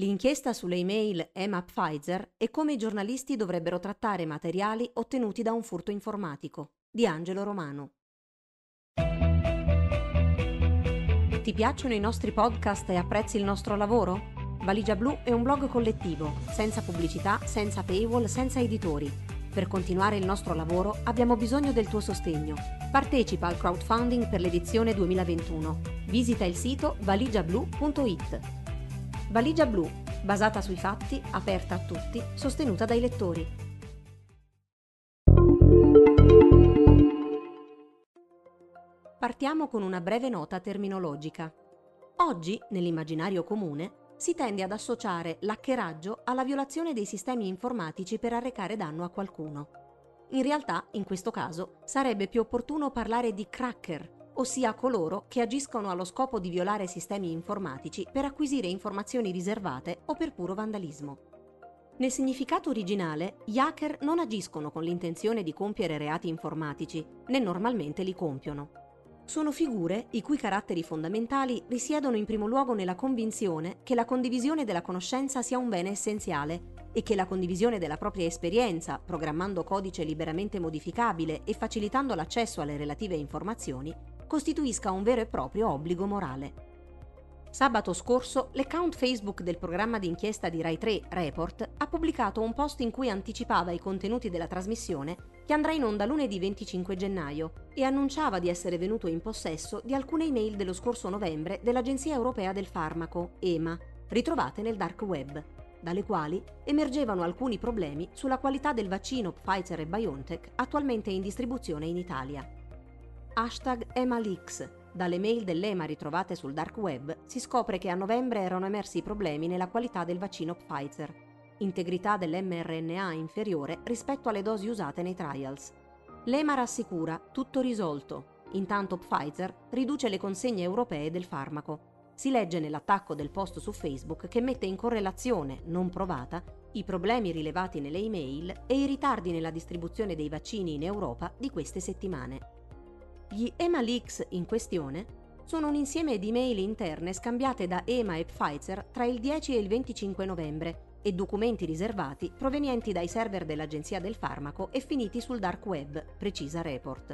L'inchiesta sulle email EMA-Pfizer e come i giornalisti dovrebbero trattare materiali ottenuti da un furto informatico, di Angelo Romano. Ti piacciono i nostri podcast e apprezzi il nostro lavoro? Valigia Blu è un blog collettivo, senza pubblicità, senza paywall, senza editori. Per continuare il nostro lavoro abbiamo bisogno del tuo sostegno. Partecipa al crowdfunding per l'edizione 2021. Visita il sito valigiablu.it. Valigia Blu, basata sui fatti, aperta a tutti, sostenuta dai lettori. Partiamo con una breve nota terminologica. Oggi, nell'immaginario comune, si tende ad associare l'hackeraggio alla violazione dei sistemi informatici per arrecare danno a qualcuno. In realtà, in questo caso, sarebbe più opportuno parlare di cracker, ossia coloro che agiscono allo scopo di violare sistemi informatici per acquisire informazioni riservate o per puro vandalismo. Nel significato originale, gli hacker non agiscono con l'intenzione di compiere reati informatici, né normalmente li compiono. Sono figure i cui caratteri fondamentali risiedono in primo luogo nella convinzione che la condivisione della conoscenza sia un bene essenziale e che la condivisione della propria esperienza, programmando codice liberamente modificabile e facilitando l'accesso alle relative informazioni, costituisca un vero e proprio obbligo morale. Sabato scorso, l'account Facebook del programma di inchiesta di Rai 3, Report, ha pubblicato un post in cui anticipava i contenuti della trasmissione che andrà in onda lunedì 25 gennaio e annunciava di essere venuto in possesso di alcune email dello scorso novembre dell'Agenzia Europea del Farmaco, EMA, ritrovate nel dark web, dalle quali emergevano alcuni problemi sulla qualità del vaccino Pfizer e BioNTech attualmente in distribuzione in Italia. #EMALeaks. Dalle mail dell'EMA ritrovate sul dark web si scopre che a novembre erano emersi problemi nella qualità del vaccino Pfizer, integrità dell'mRNA inferiore rispetto alle dosi usate nei trials. L'EMA rassicura tutto risolto, intanto Pfizer riduce le consegne europee del farmaco. Si legge nell'attacco del post su Facebook che mette in correlazione, non provata, i problemi rilevati nelle email e i ritardi nella distribuzione dei vaccini in Europa di queste settimane. Gli EMALeaks in questione sono un insieme di email interne scambiate da EMA e Pfizer tra il 10 e il 25 novembre e documenti riservati provenienti dai server dell'Agenzia del Farmaco e finiti sul dark web, precisa Report.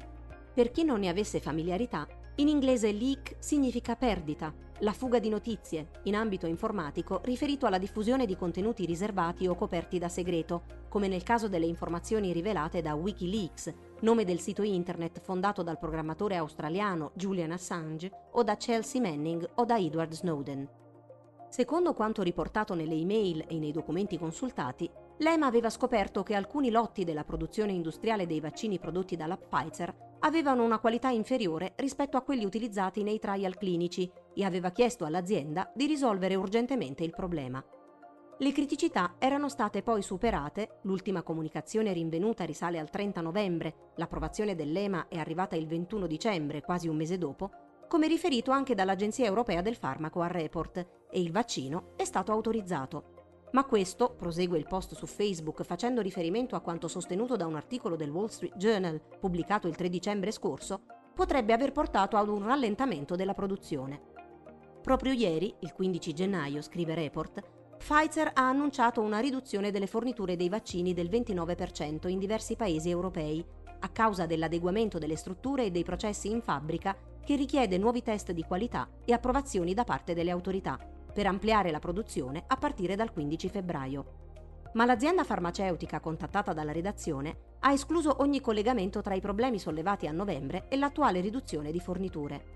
Per chi non ne avesse familiarità, in inglese leak significa perdita, la fuga di notizie, in ambito informatico riferito alla diffusione di contenuti riservati o coperti da segreto, come nel caso delle informazioni rivelate da Wikileaks, nome del sito internet fondato dal programmatore australiano Julian Assange o da Chelsea Manning o da Edward Snowden. Secondo quanto riportato nelle email e nei documenti consultati, l'EMA aveva scoperto che alcuni lotti della produzione industriale dei vaccini prodotti dalla Pfizer avevano una qualità inferiore rispetto a quelli utilizzati nei trial clinici e aveva chiesto all'azienda di risolvere urgentemente il problema. Le criticità erano state poi superate, l'ultima comunicazione rinvenuta risale al 30 novembre, l'approvazione dell'EMA è arrivata il 21 dicembre, quasi un mese dopo, come riferito anche dall'Agenzia Europea del Farmaco a Report, e il vaccino è stato autorizzato. Ma questo, prosegue il post su Facebook facendo riferimento a quanto sostenuto da un articolo del Wall Street Journal pubblicato il 3 dicembre scorso, potrebbe aver portato ad un rallentamento della produzione. Proprio ieri, il 15 gennaio, scrive Report, Pfizer ha annunciato una riduzione delle forniture dei vaccini del 29% in diversi paesi europei, a causa dell'adeguamento delle strutture e dei processi in fabbrica che richiede nuovi test di qualità e approvazioni da parte delle autorità, per ampliare la produzione a partire dal 15 febbraio. Ma l'azienda farmaceutica contattata dalla redazione ha escluso ogni collegamento tra i problemi sollevati a novembre e l'attuale riduzione di forniture.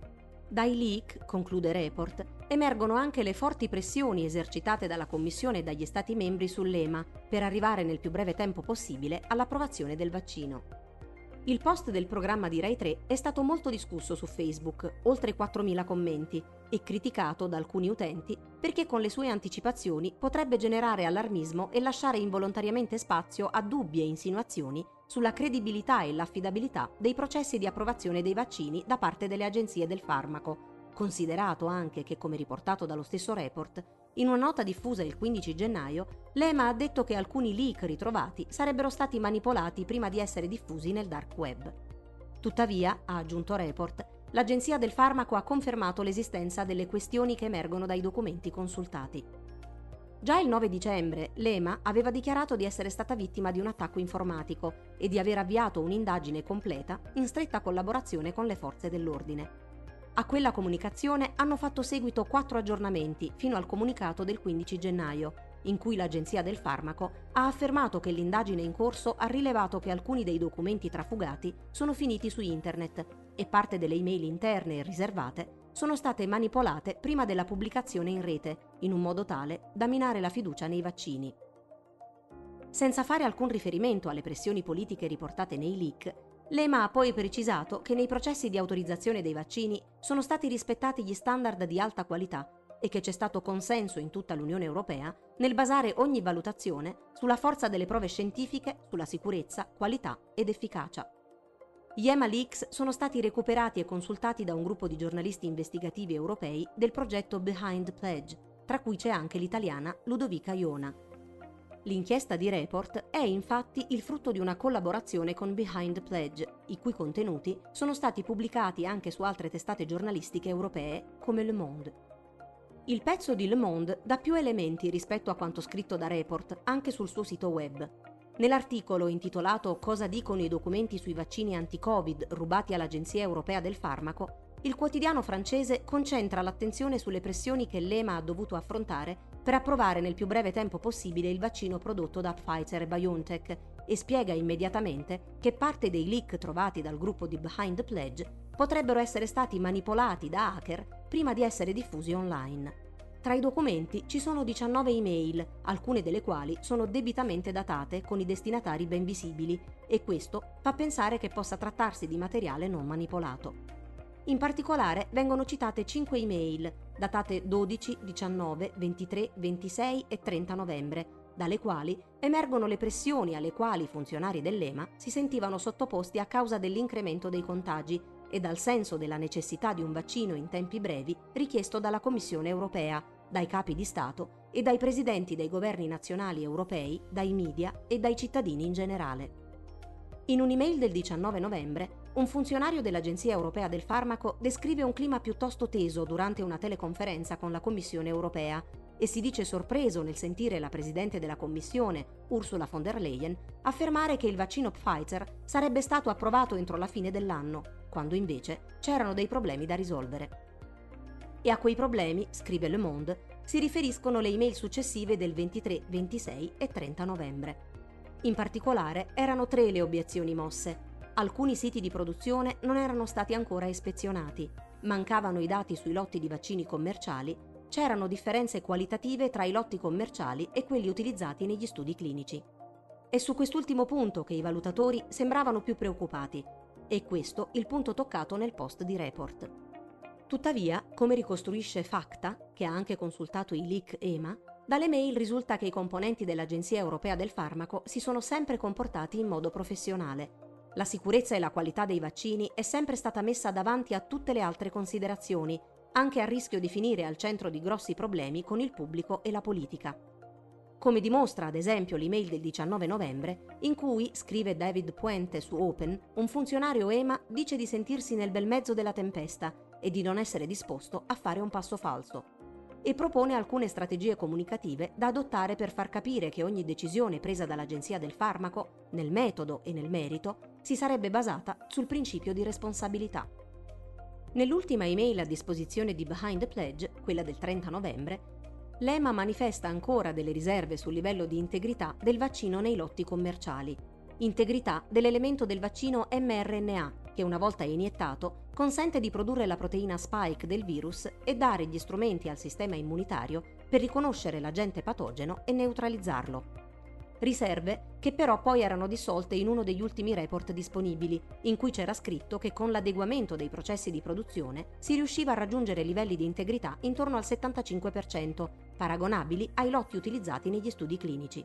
Dai leak, conclude Report, emergono anche le forti pressioni esercitate dalla Commissione e dagli Stati membri sull'EMA per arrivare nel più breve tempo possibile all'approvazione del vaccino. Il post del programma di Rai 3 è stato molto discusso su Facebook, oltre 4.000 commenti, e criticato da alcuni utenti perché con le sue anticipazioni potrebbe generare allarmismo e lasciare involontariamente spazio a dubbi e insinuazioni sulla credibilità e l'affidabilità dei processi di approvazione dei vaccini da parte delle agenzie del farmaco, considerato anche che, come riportato dallo stesso Report, in una nota diffusa il 15 gennaio, l'EMA ha detto che alcuni leak ritrovati sarebbero stati manipolati prima di essere diffusi nel dark web. Tuttavia, ha aggiunto Report, l'Agenzia del Farmaco ha confermato l'esistenza delle questioni che emergono dai documenti consultati. Già il 9 dicembre l'EMA aveva dichiarato di essere stata vittima di un attacco informatico e di aver avviato un'indagine completa in stretta collaborazione con le forze dell'ordine. A quella comunicazione hanno fatto seguito 4 aggiornamenti fino al comunicato del 15 gennaio, in cui l'Agenzia del Farmaco ha affermato che l'indagine in corso ha rilevato che alcuni dei documenti trafugati sono finiti su internet e parte delle email interne e riservate sono state manipolate prima della pubblicazione in rete, in un modo tale da minare la fiducia nei vaccini. Senza fare alcun riferimento alle pressioni politiche riportate nei leak, l'EMA ha poi precisato che nei processi di autorizzazione dei vaccini sono stati rispettati gli standard di alta qualità e che c'è stato consenso in tutta l'Unione Europea nel basare ogni valutazione sulla forza delle prove scientifiche, sulla sicurezza, qualità ed efficacia. Gli EMA Leaks sono stati recuperati e consultati da un gruppo di giornalisti investigativi europei del progetto Behind the Pledge, tra cui c'è anche l'italiana Ludovica Iona. L'inchiesta di Report è infatti il frutto di una collaborazione con Behind the Pledge, i cui contenuti sono stati pubblicati anche su altre testate giornalistiche europee come Le Monde. Il pezzo di Le Monde dà più elementi rispetto a quanto scritto da Report anche sul suo sito web. Nell'articolo intitolato Cosa dicono i documenti sui vaccini anti-Covid rubati all'Agenzia Europea del Farmaco, il quotidiano francese concentra l'attenzione sulle pressioni che l'EMA ha dovuto affrontare per approvare nel più breve tempo possibile il vaccino prodotto da Pfizer e BioNTech e spiega immediatamente che parte dei leak trovati dal gruppo di Behind the Pledge potrebbero essere stati manipolati da hacker prima di essere diffusi online. Tra i documenti ci sono 19 email, alcune delle quali sono debitamente datate con i destinatari ben visibili e questo fa pensare che possa trattarsi di materiale non manipolato. In particolare vengono citate 5 email, datate 12, 19, 23, 26 e 30 novembre, dalle quali emergono le pressioni alle quali i funzionari dell'EMA si sentivano sottoposti a causa dell'incremento dei contagi e dal senso della necessità di un vaccino in tempi brevi richiesto dalla Commissione europea, dai capi di Stato e dai presidenti dei governi nazionali europei, dai media e dai cittadini in generale. In un'email del 19 novembre, un funzionario dell'Agenzia Europea del Farmaco descrive un clima piuttosto teso durante una teleconferenza con la Commissione europea e si dice sorpreso nel sentire la Presidente della Commissione, Ursula von der Leyen, affermare che il vaccino Pfizer sarebbe stato approvato entro la fine dell'anno, quando invece c'erano dei problemi da risolvere. E a quei problemi, scrive Le Monde, si riferiscono le email successive del 23, 26 e 30 novembre. In particolare erano 3 le obiezioni mosse. Alcuni siti di produzione non erano stati ancora ispezionati, mancavano i dati sui lotti di vaccini commerciali, c'erano differenze qualitative tra i lotti commerciali e quelli utilizzati negli studi clinici. È su quest'ultimo punto che i valutatori sembravano più preoccupati, e questo il punto toccato nel post di Report. Tuttavia, come ricostruisce Facta, che ha anche consultato i leak EMA, dalle mail risulta che i componenti dell'Agenzia Europea del Farmaco si sono sempre comportati in modo professionale. La sicurezza e la qualità dei vaccini è sempre stata messa davanti a tutte le altre considerazioni, anche a rischio di finire al centro di grossi problemi con il pubblico e la politica. Come dimostra ad esempio l'email del 19 novembre, in cui, scrive David Puente su Open, un funzionario EMA dice di sentirsi nel bel mezzo della tempesta e di non essere disposto a fare un passo falso. E propone alcune strategie comunicative da adottare per far capire che ogni decisione presa dall'Agenzia del Farmaco, nel metodo e nel merito, si sarebbe basata sul principio di responsabilità. Nell'ultima email a disposizione di Behind the Pledge, quella del 30 novembre, l'EMA manifesta ancora delle riserve sul livello di integrità del vaccino nei lotti commerciali. Integrità dell'elemento del vaccino mRNA, che una volta iniettato consente di produrre la proteina spike del virus e dare gli strumenti al sistema immunitario per riconoscere l'agente patogeno e neutralizzarlo. Riserve che però poi erano dissolte in uno degli ultimi report disponibili, in cui c'era scritto che con l'adeguamento dei processi di produzione si riusciva a raggiungere livelli di integrità intorno al 75%, paragonabili ai lotti utilizzati negli studi clinici.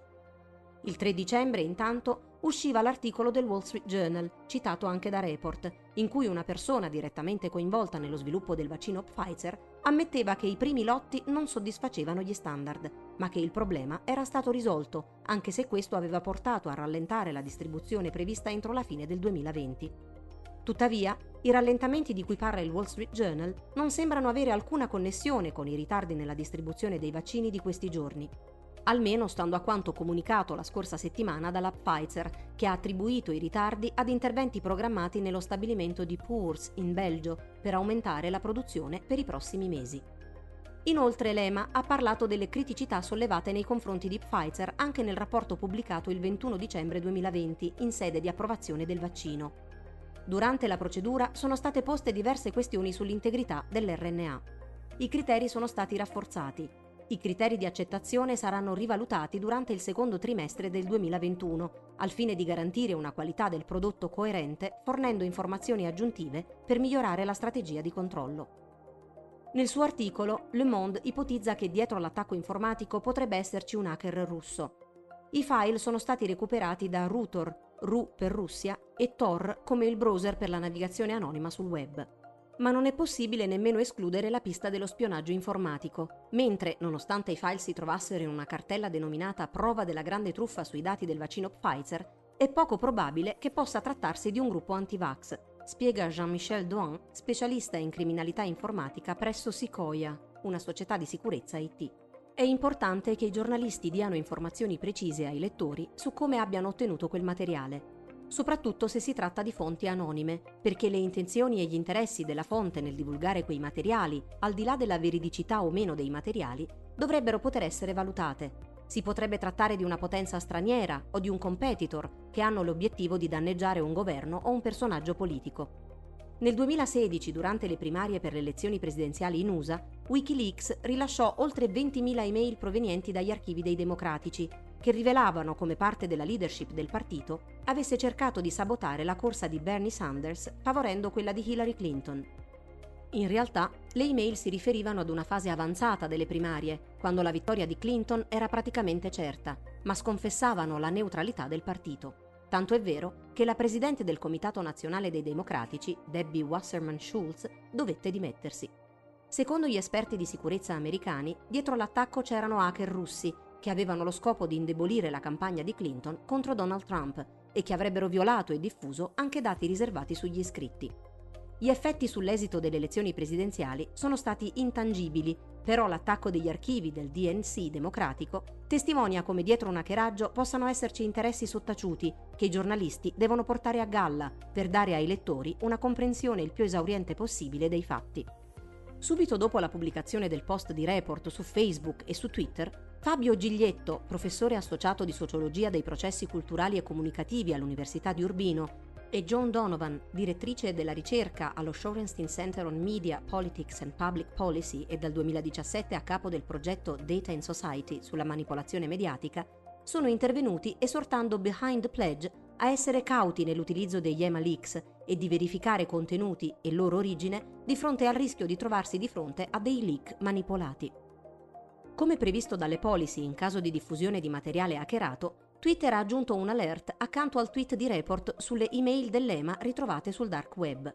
Il 3 dicembre, intanto, usciva l'articolo del Wall Street Journal, citato anche da Report, in cui una persona direttamente coinvolta nello sviluppo del vaccino Pfizer ammetteva che i primi lotti non soddisfacevano gli standard, ma che il problema era stato risolto, anche se questo aveva portato a rallentare la distribuzione prevista entro la fine del 2020. Tuttavia, i rallentamenti di cui parla il Wall Street Journal non sembrano avere alcuna connessione con i ritardi nella distribuzione dei vaccini di questi giorni. almeno stando a quanto comunicato la scorsa settimana dalla Pfizer, che ha attribuito i ritardi ad interventi programmati nello stabilimento di Puurs in Belgio per aumentare la produzione per i prossimi mesi. Inoltre l'EMA ha parlato delle criticità sollevate nei confronti di Pfizer anche nel rapporto pubblicato il 21 dicembre 2020 in sede di approvazione del vaccino. Durante la procedura sono state poste diverse questioni sull'integrità dell'RNA. I criteri sono stati rafforzati. I criteri di accettazione saranno rivalutati durante il secondo trimestre del 2021, al fine di garantire una qualità del prodotto coerente, fornendo informazioni aggiuntive per migliorare la strategia di controllo. Nel suo articolo, Le Monde ipotizza che dietro l'attacco informatico potrebbe esserci un hacker russo. I file sono stati recuperati da Rutor, Ru per Russia, e Tor come il browser per la navigazione anonima sul web. Ma non è possibile nemmeno escludere la pista dello spionaggio informatico, mentre, nonostante i file si trovassero in una cartella denominata Prova della grande truffa sui dati del vaccino Pfizer, è poco probabile che possa trattarsi di un gruppo anti-vax, spiega Jean-Michel Douin, specialista in criminalità informatica presso Sequoia, una società di sicurezza IT. È importante che i giornalisti diano informazioni precise ai lettori su come abbiano ottenuto quel materiale, soprattutto se si tratta di fonti anonime, perché le intenzioni e gli interessi della fonte nel divulgare quei materiali, al di là della veridicità o meno dei materiali, dovrebbero poter essere valutate. Si potrebbe trattare di una potenza straniera o di un competitor che hanno l'obiettivo di danneggiare un governo o un personaggio politico. Nel 2016, durante le primarie per le elezioni presidenziali in USA, Wikileaks rilasciò oltre 20.000 email provenienti dagli archivi dei democratici, che rivelavano come parte della leadership del partito avesse cercato di sabotare la corsa di Bernie Sanders favorendo quella di Hillary Clinton. In realtà, le email si riferivano ad una fase avanzata delle primarie, quando la vittoria di Clinton era praticamente certa, ma sconfessavano la neutralità del partito. Tanto è vero che la presidente del Comitato Nazionale dei Democratici, Debbie Wasserman Schultz, dovette dimettersi. Secondo gli esperti di sicurezza americani, dietro l'attacco c'erano hacker russi che avevano lo scopo di indebolire la campagna di Clinton contro Donald Trump e che avrebbero violato e diffuso anche dati riservati sugli iscritti. Gli effetti sull'esito delle elezioni presidenziali sono stati intangibili, però l'attacco degli archivi del DNC democratico testimonia come dietro un hackeraggio possano esserci interessi sottaciuti che i giornalisti devono portare a galla per dare ai lettori una comprensione il più esauriente possibile dei fatti. Subito dopo la pubblicazione del post di Report su Facebook e su Twitter, Fabio Giglietto, professore associato di sociologia dei processi culturali e comunicativi all'Università di Urbino, e Joan Donovan, direttrice della ricerca allo Shorenstein Center on Media, Politics and Public Policy e dal 2017 a capo del progetto Data in Society sulla manipolazione mediatica, sono intervenuti esortando Behind the Pledge a essere cauti nell'utilizzo degli EMA Leaks e di verificare contenuti e loro origine di fronte al rischio di trovarsi di fronte a dei leak manipolati. Come previsto dalle policy in caso di diffusione di materiale hackerato, Twitter ha aggiunto un alert accanto al tweet di Report sulle email dell'EMA ritrovate sul dark web.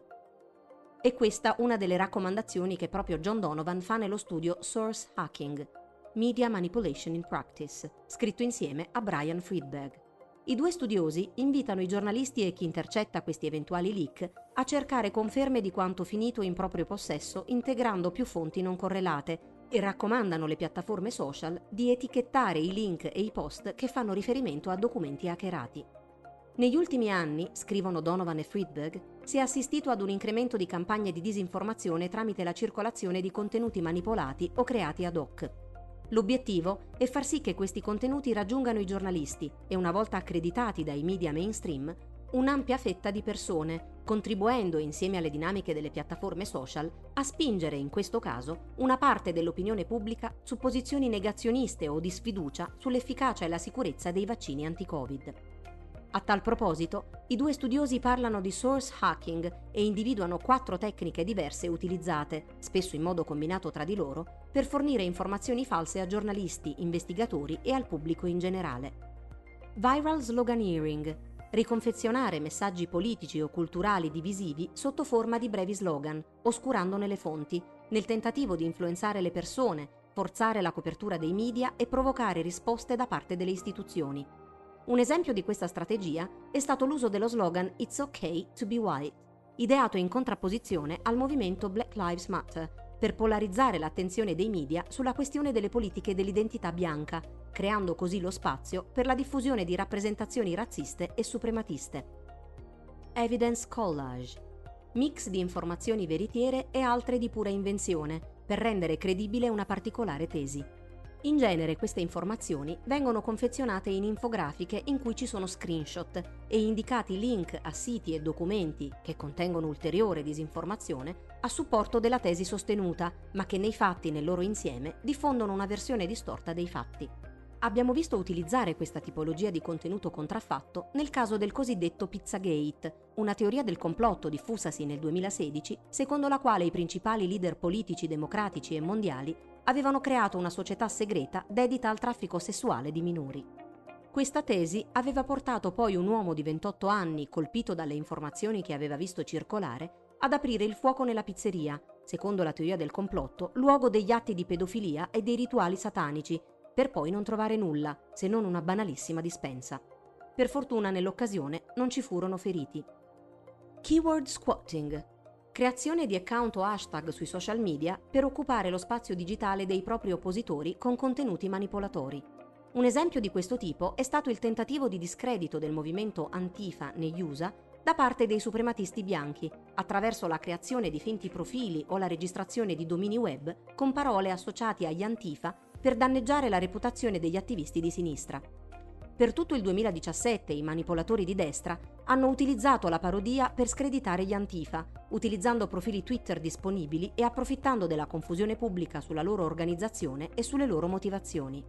È questa una delle raccomandazioni che proprio John Donovan fa nello studio Source Hacking, Media Manipulation in Practice, scritto insieme a Brian Friedberg. I due studiosi invitano i giornalisti e chi intercetta questi eventuali leak a cercare conferme di quanto finito in proprio possesso integrando più fonti non correlate e raccomandano le piattaforme social di etichettare i link e i post che fanno riferimento a documenti hackerati. Negli ultimi anni, scrivono Donovan e Friedberg, si è assistito ad un incremento di campagne di disinformazione tramite la circolazione di contenuti manipolati o creati ad hoc. L'obiettivo è far sì che questi contenuti raggiungano i giornalisti e, una volta accreditati dai media mainstream, un'ampia fetta di persone, contribuendo insieme alle dinamiche delle piattaforme social a spingere in questo caso una parte dell'opinione pubblica su posizioni negazioniste o di sfiducia sull'efficacia e la sicurezza dei vaccini anti-Covid. A tal proposito, i due studiosi parlano di source hacking e individuano 4 tecniche diverse utilizzate, spesso in modo combinato tra di loro, per fornire informazioni false a giornalisti, investigatori e al pubblico in generale. Viral sloganeering: riconfezionare messaggi politici o culturali divisivi sotto forma di brevi slogan, oscurandone le fonti, nel tentativo di influenzare le persone, forzare la copertura dei media e provocare risposte da parte delle istituzioni. Un esempio di questa strategia è stato l'uso dello slogan "It's okay to be white", ideato in contrapposizione al movimento Black Lives Matter, per polarizzare l'attenzione dei media sulla questione delle politiche dell'identità bianca, creando così lo spazio per la diffusione di rappresentazioni razziste e suprematiste. Evidence collage. Mix di informazioni veritiere e altre di pura invenzione, per rendere credibile una particolare tesi. In genere queste informazioni vengono confezionate in infografiche in cui ci sono screenshot e indicati link a siti e documenti che contengono ulteriore disinformazione a supporto della tesi sostenuta, ma che nei fatti nel loro insieme diffondono una versione distorta dei fatti. Abbiamo visto utilizzare questa tipologia di contenuto contraffatto nel caso del cosiddetto Pizzagate, una teoria del complotto diffusasi nel 2016, secondo la quale i principali leader politici democratici e mondiali avevano creato una società segreta dedita al traffico sessuale di minori. Questa tesi aveva portato poi un uomo di 28 anni, colpito dalle informazioni che aveva visto circolare, ad aprire il fuoco nella pizzeria, secondo la teoria del complotto, luogo degli atti di pedofilia e dei rituali satanici, per poi non trovare nulla, se non una banalissima dispensa. Per fortuna nell'occasione non ci furono feriti. Keyword squatting. Creazione di account o hashtag sui social media per occupare lo spazio digitale dei propri oppositori con contenuti manipolatori. Un esempio di questo tipo è stato il tentativo di discredito del movimento Antifa negli USA da parte dei suprematisti bianchi, attraverso la creazione di finti profili o la registrazione di domini web con parole associate agli Antifa per danneggiare la reputazione degli attivisti di sinistra. Per tutto il 2017 i manipolatori di destra hanno utilizzato la parodia per screditare gli Antifa, utilizzando profili Twitter disponibili e approfittando della confusione pubblica sulla loro organizzazione e sulle loro motivazioni.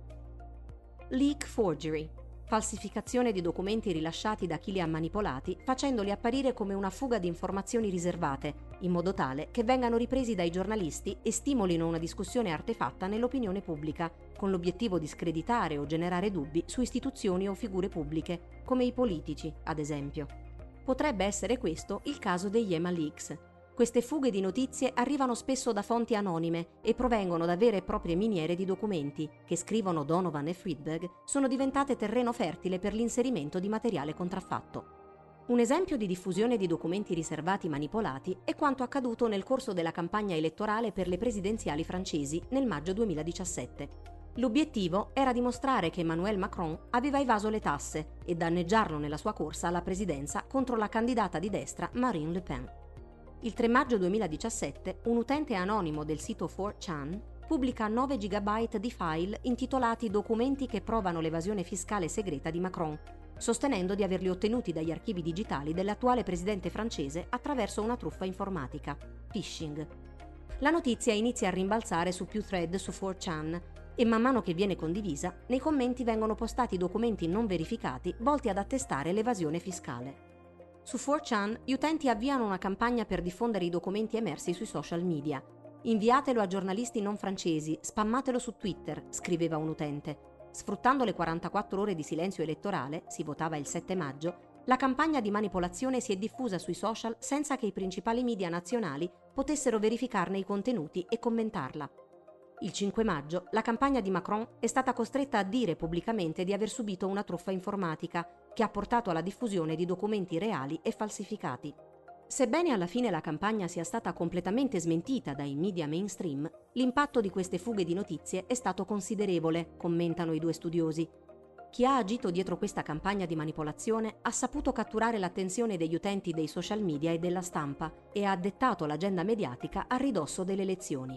Leak forgery. Falsificazione di documenti rilasciati da chi li ha manipolati, facendoli apparire come una fuga di informazioni riservate, in modo tale che vengano ripresi dai giornalisti e stimolino una discussione artefatta nell'opinione pubblica, con l'obiettivo di screditare o generare dubbi su istituzioni o figure pubbliche, come i politici, ad esempio. Potrebbe essere questo il caso degli Ema Leaks. Queste fughe di notizie arrivano spesso da fonti anonime e provengono da vere e proprie miniere di documenti che, scrivono Donovan e Friedberg, sono diventate terreno fertile per l'inserimento di materiale contraffatto. Un esempio di diffusione di documenti riservati manipolati è quanto accaduto nel corso della campagna elettorale per le presidenziali francesi nel maggio 2017. L'obiettivo era dimostrare che Emmanuel Macron aveva evaso le tasse e danneggiarlo nella sua corsa alla presidenza contro la candidata di destra Marine Le Pen. Il 3 maggio 2017 un utente anonimo del sito 4chan pubblica 9 GB di file intitolati Documenti che provano l'evasione fiscale segreta di Macron, sostenendo di averli ottenuti dagli archivi digitali dell'attuale presidente francese attraverso una truffa informatica, phishing. La notizia inizia a rimbalzare su più thread su 4chan e man mano che viene condivisa, nei commenti vengono postati documenti non verificati volti ad attestare l'evasione fiscale. Su 4chan gli utenti avviano una campagna per diffondere i documenti emersi sui social media. Inviatelo a giornalisti non francesi, spammatelo su Twitter, scriveva un utente. Sfruttando le 44 ore di silenzio elettorale, si votava il 7 maggio, la campagna di manipolazione si è diffusa sui social senza che i principali media nazionali potessero verificarne i contenuti e commentarla. Il 5 maggio la campagna di Macron è stata costretta a dire pubblicamente di aver subito una truffa informatica che ha portato alla diffusione di documenti reali e falsificati. Sebbene alla fine la campagna sia stata completamente smentita dai media mainstream, l'impatto di queste fughe di notizie è stato considerevole, commentano i due studiosi. Chi ha agito dietro questa campagna di manipolazione ha saputo catturare l'attenzione degli utenti dei social media e della stampa e ha dettato l'agenda mediatica a ridosso delle elezioni.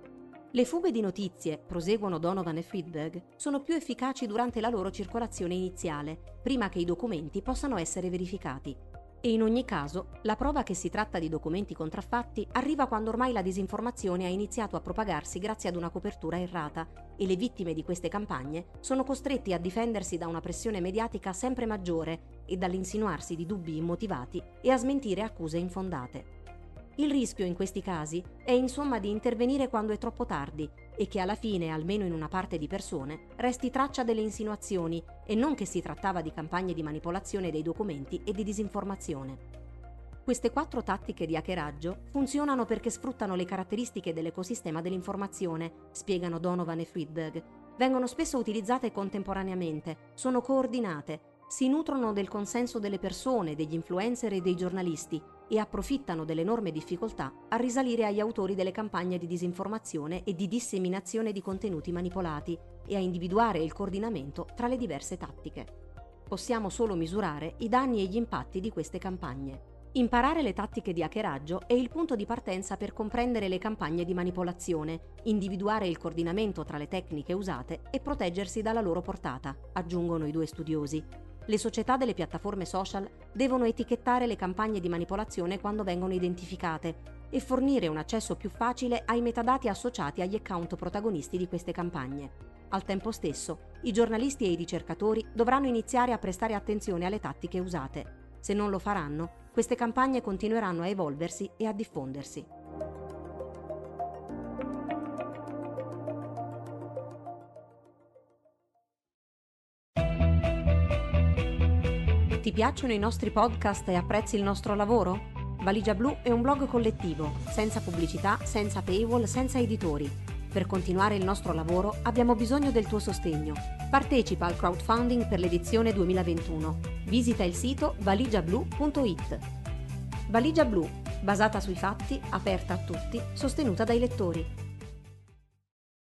Le fughe di notizie, proseguono Donovan e Friedberg, sono più efficaci durante la loro circolazione iniziale, prima che i documenti possano essere verificati. E in ogni caso, la prova che si tratta di documenti contraffatti arriva quando ormai la disinformazione ha iniziato a propagarsi grazie ad una copertura errata e le vittime di queste campagne sono costretti a difendersi da una pressione mediatica sempre maggiore e dall'insinuarsi di dubbi immotivati e a smentire accuse infondate. Il rischio in questi casi è insomma di intervenire quando è troppo tardi e che alla fine, almeno in una parte di persone, resti traccia delle insinuazioni e non che si trattava di campagne di manipolazione dei documenti e di disinformazione. Queste 4 tattiche di hackeraggio funzionano perché sfruttano le caratteristiche dell'ecosistema dell'informazione, spiegano Donovan e Friedberg. Vengono spesso utilizzate contemporaneamente, sono coordinate, si nutrono del consenso delle persone, degli influencer e dei giornalisti e approfittano dell'enorme difficoltà a risalire agli autori delle campagne di disinformazione e di disseminazione di contenuti manipolati e a individuare il coordinamento tra le diverse tattiche. Possiamo solo misurare i danni e gli impatti di queste campagne. Imparare le tattiche di hackeraggio è il punto di partenza per comprendere le campagne di manipolazione, individuare il coordinamento tra le tecniche usate e proteggersi dalla loro portata, aggiungono i due studiosi. Le società delle piattaforme social devono etichettare le campagne di manipolazione quando vengono identificate e fornire un accesso più facile ai metadati associati agli account protagonisti di queste campagne. Al tempo stesso, i giornalisti e i ricercatori dovranno iniziare a prestare attenzione alle tattiche usate. Se non lo faranno, queste campagne continueranno a evolversi e a diffondersi. Ti piacciono i nostri podcast e apprezzi il nostro lavoro? Valigia Blu è un blog collettivo, senza pubblicità, senza paywall, senza editori. Per continuare il nostro lavoro abbiamo bisogno del tuo sostegno. Partecipa al crowdfunding per l'edizione 2021. Visita il sito valigiablu.it. Valigia Blu, basata sui fatti, aperta a tutti, sostenuta dai lettori.